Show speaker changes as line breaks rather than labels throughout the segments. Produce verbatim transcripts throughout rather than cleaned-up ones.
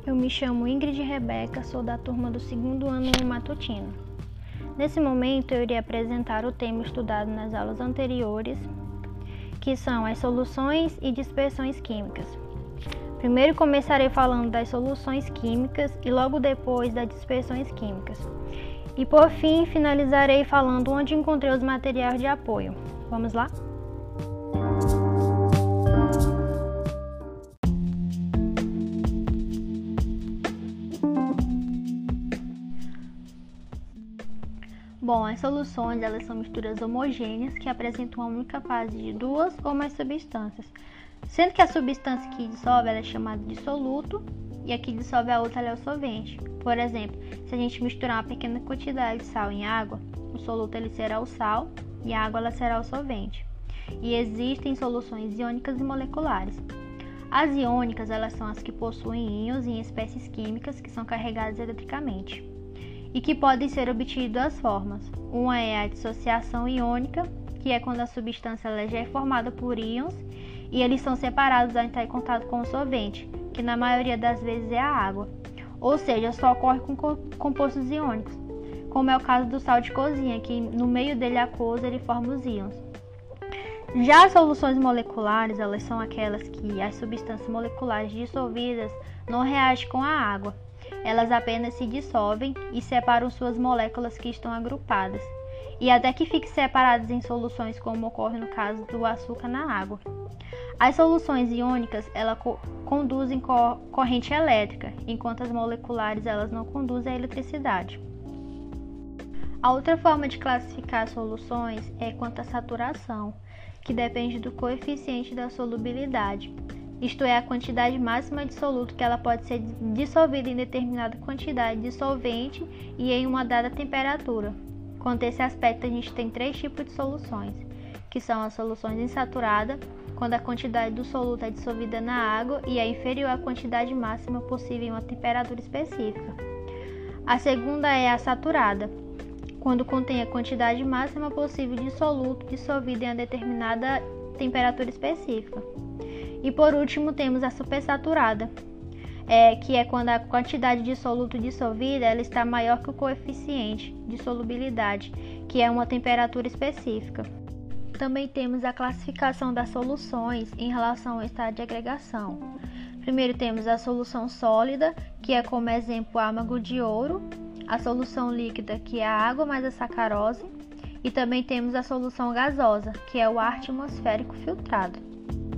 Eu me chamo Ingrid Rebeca, sou da turma do segundo ano matutino. Nesse momento eu irei apresentar o tema estudado nas aulas anteriores, que são as soluções e dispersões químicas. Primeiro começarei falando das soluções químicas e logo depois das dispersões químicas. E por fim finalizarei falando onde encontrei os materiais de apoio. Vamos lá? Bom, as soluções elas são misturas homogêneas que apresentam uma única fase de duas ou mais substâncias, sendo que a substância que dissolve ela é chamada de soluto e a que dissolve a outra ela é o solvente. Por exemplo, se a gente misturar uma pequena quantidade de sal em água, o soluto ele será o sal e a água ela será o solvente. E existem soluções iônicas e moleculares. As iônicas elas são as que possuem íons em espécies químicas que são carregadas eletricamente e que podem ser obtidas de duas formas. Uma é a dissociação iônica, que é quando a substância ela já é formada por íons e eles são separados ao entrar em contato com o solvente, que na maioria das vezes é a água, ou seja, só ocorre com compostos iônicos, como é o caso do sal de cozinha, que no meio dele aquoso ele forma os íons. Já as soluções moleculares, elas são aquelas que as substâncias moleculares dissolvidas não reagem com a água. Elas apenas se dissolvem e separam suas moléculas que estão agrupadas, e até que fiquem separadas em soluções, como ocorre no caso do açúcar na água. As soluções iônicas elas co conduzem co corrente elétrica, enquanto as moleculares elas não conduzem a eletricidade. A outra forma de classificar as soluções é quanto à saturação, que depende do coeficiente da solubilidade. Isto é, a quantidade máxima de soluto que ela pode ser dissolvida em determinada quantidade de solvente e em uma dada temperatura. Quanto a esse aspecto, a gente tem três tipos de soluções, que são as soluções insaturadas, quando a quantidade do soluto é dissolvida na água e é inferior à quantidade máxima possível em uma temperatura específica. A segunda é a saturada, quando contém a quantidade máxima possível de soluto dissolvido em uma determinada temperatura específica. E por último temos a supersaturada, é, que é quando a quantidade de soluto dissolvida ela está maior que o coeficiente de solubilidade, que é uma temperatura específica. Também temos a classificação das soluções em relação ao estado de agregação. Primeiro temos a solução sólida, que é como exemplo o âmago de ouro, a solução líquida, que é a água mais a sacarose, e também temos a solução gasosa, que é o ar atmosférico filtrado.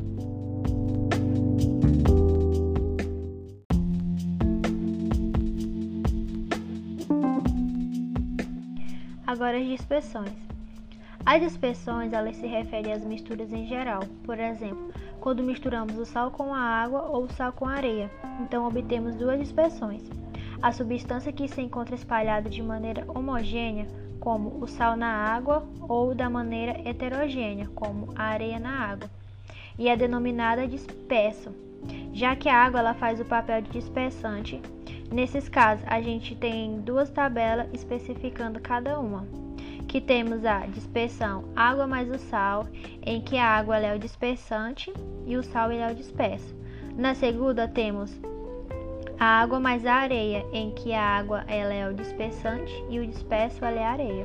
Agora as dispersões. As dispersões elas se referem às misturas em geral. Por exemplo, quando misturamos o sal com a água ou o sal com a areia, então obtemos duas dispersões. A substância que se encontra espalhada de maneira homogênea, como o sal na água, ou da maneira heterogênea, como a areia na água, e é denominada disperso, já que a água ela faz o papel de dispersante. Nesses casos, a gente tem duas tabelas especificando cada uma, que temos a dispersão água mais o sal, em que a água ela é o dispersante e o sal ele é o disperso. Na segunda, temos a água mais a areia, em que a água ela é o dispersante e o disperso ela é a areia.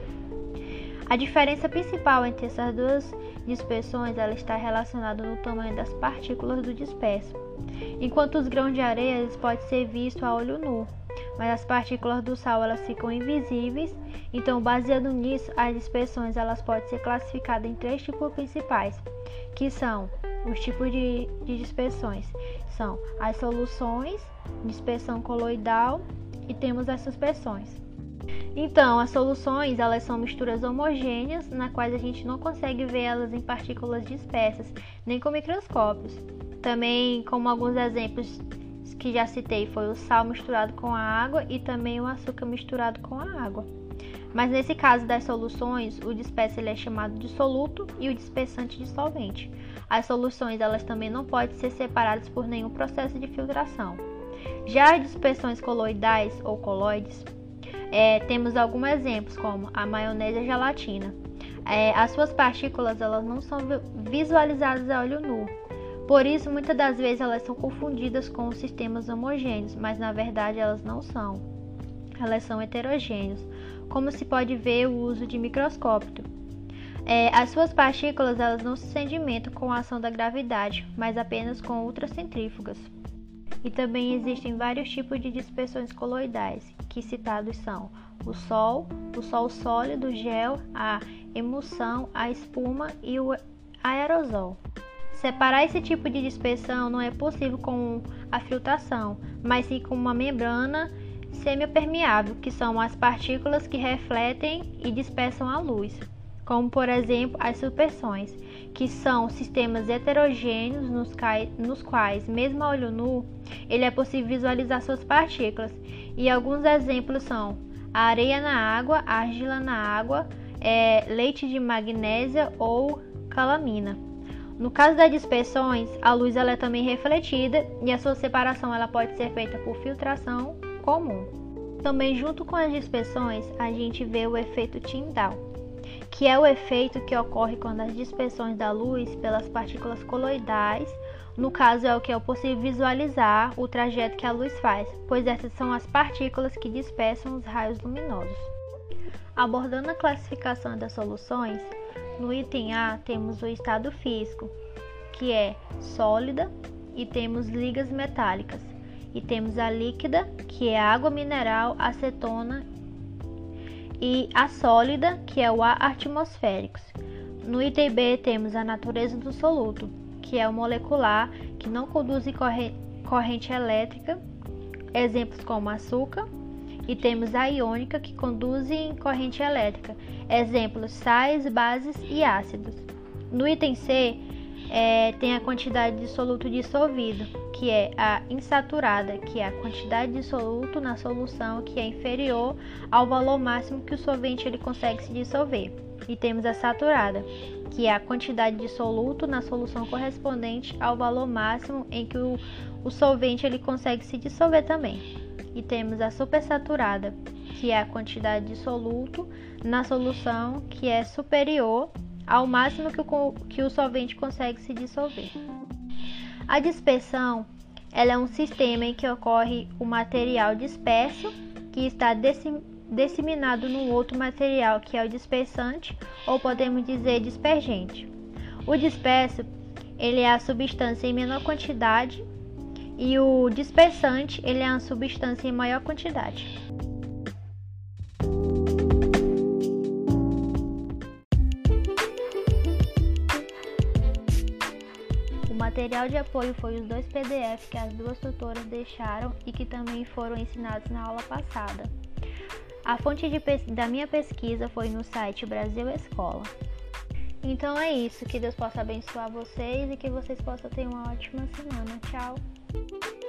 A diferença principal entre essas duas dispersões ela está relacionada no tamanho das partículas do disperso. Enquanto os grãos de areia eles podem ser vistos a olho nu, mas as partículas do sal elas ficam invisíveis. Então, baseado nisso, as dispersões elas podem ser classificadas em três tipos principais, que são os tipos de, de dispersões. São as soluções, dispersão coloidal e temos as suspersões. Então, as soluções elas são misturas homogêneas, na quais a gente não consegue ver elas em partículas dispersas, nem com microscópios. Também, como alguns exemplos que já citei, foi o sal misturado com a água e também o açúcar misturado com a água. Mas nesse caso das soluções, o disperso ele é chamado de soluto e o dispersante de solvente. As soluções elas também não podem ser separadas por nenhum processo de filtração. Já as dispersões coloidais ou coloides, é, temos alguns exemplos, como a maionese e a gelatina. É, as suas partículas elas não são visualizadas a olho nu, Por isso, muitas das vezes elas são confundidas com os sistemas homogêneos, mas na verdade elas não são. Elas são heterogêneas, como se pode ver o uso de microscópio. É, as suas partículas elas não se sedimentam com a ação da gravidade, mas apenas com ultracentrífugas. E também existem vários tipos de dispersões coloidais, que citados são o Sol, o Sol sólido, o gel, a emulsão, a espuma e o aerosol. Separar esse tipo de dispersão não é possível com a filtração, mas sim com uma membrana semipermeável, que são as partículas que refletem e dispersam a luz, como por exemplo as supersões, que são sistemas heterogêneos nos, nos quais, mesmo a olho nu, ele é possível visualizar suas partículas. E alguns exemplos são a areia na água, a argila na água, é, leite de magnésia ou calamina. No caso das dispersões, a luz ela é também refletida e a sua separação ela pode ser feita por filtração comum. Também junto com as dispersões, a gente vê o efeito Tyndall, que é o efeito que ocorre quando as dispersões da luz pelas partículas coloidais, no caso é o que é possível visualizar o trajeto que a luz faz, pois essas são as partículas que dispersam os raios luminosos. Abordando a classificação das soluções, no item A temos o estado físico, que é sólida, e temos ligas metálicas, e temos a líquida, que é água mineral, acetona, e a sólida, que é o ar atmosférico. No item B temos a natureza do soluto, que é o molecular, que não conduz corrente elétrica, exemplos como açúcar, e temos a iônica, que conduz corrente elétrica, exemplos sais, bases e ácidos. No item C é, tem a quantidade de soluto dissolvido, que é a insaturada, que é a quantidade de soluto na solução que é inferior ao valor máximo que o solvente ele consegue se dissolver. E temos a saturada, que é a quantidade de soluto na solução correspondente ao valor máximo em que o, o solvente ele consegue se dissolver também. E temos a supersaturada, que é a quantidade de soluto na solução que é superior ao máximo que o, que o solvente consegue se dissolver. A dispersão ela é um sistema em que ocorre o material disperso que está disseminado no outro material, que é o dispersante, ou podemos dizer dispergente. O disperso ele é a substância em menor quantidade e o dispersante ele é a substância em maior quantidade. O material de apoio foi os dois P D F que as duas tutoras deixaram e que também foram ensinados na aula passada. A fonte de pes- da minha pesquisa foi no site Brasil Escola. Então é isso, que Deus possa abençoar vocês e que vocês possam ter uma ótima semana. Tchau!